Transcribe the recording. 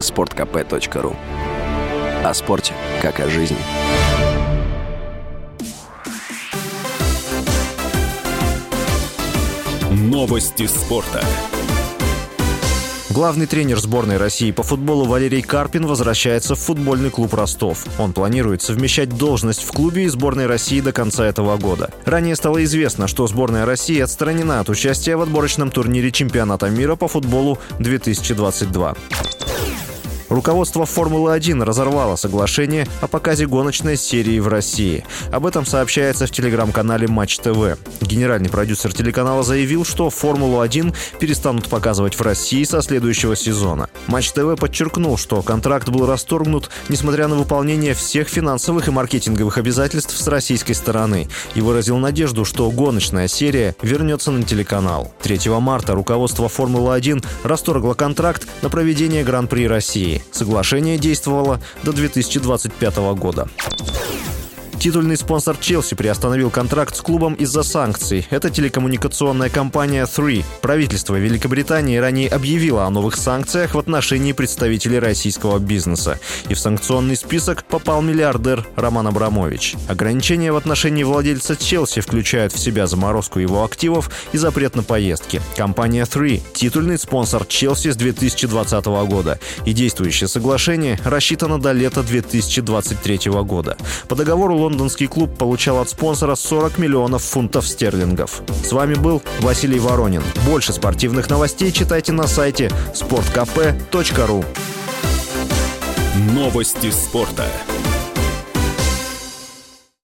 sportkp.ru. О спорте, как о жизни. Новости спорта. Главный тренер сборной России по футболу Валерий Карпин возвращается в футбольный клуб «Ростов». Он планирует совмещать должность в клубе и сборной России до конца этого года. Ранее стало известно, что сборная России отстранена от участия в отборочном турнире чемпионата мира по футболу 2022. Руководство «Формулы-1» разорвало соглашение о показе гоночной серии в России. Об этом сообщается в телеграм-канале Матч ТВ. Генеральный продюсер телеканала заявил, что «Формулу-1» перестанут показывать в России со следующего сезона. Матч ТВ подчеркнул, что контракт был расторгнут, несмотря на выполнение всех финансовых и маркетинговых обязательств с российской стороны, и выразил надежду, что гоночная серия вернется на телеканал. 3 марта руководство «Формулы-1» расторгло контракт на проведение Гран-при России. Соглашение действовало до 2025 года. Титульный спонсор Челси приостановил контракт с клубом из-за санкций. Это телекоммуникационная компания Three. Правительство Великобритании ранее объявило о новых санкциях в отношении представителей российского бизнеса. И в санкционный список попал миллиардер Роман Абрамович. Ограничения в отношении владельца Челси включают в себя заморозку его активов и запрет на поездки. Компания Three – титульный спонсор Челси с 2020 года. И действующее соглашение рассчитано до лета 2023 года. По договору лондонский клуб получал от спонсора 40 миллионов фунтов стерлингов. С вами был Василий Воронин. Больше спортивных новостей читайте на сайте sportkp.ru. Новости спорта.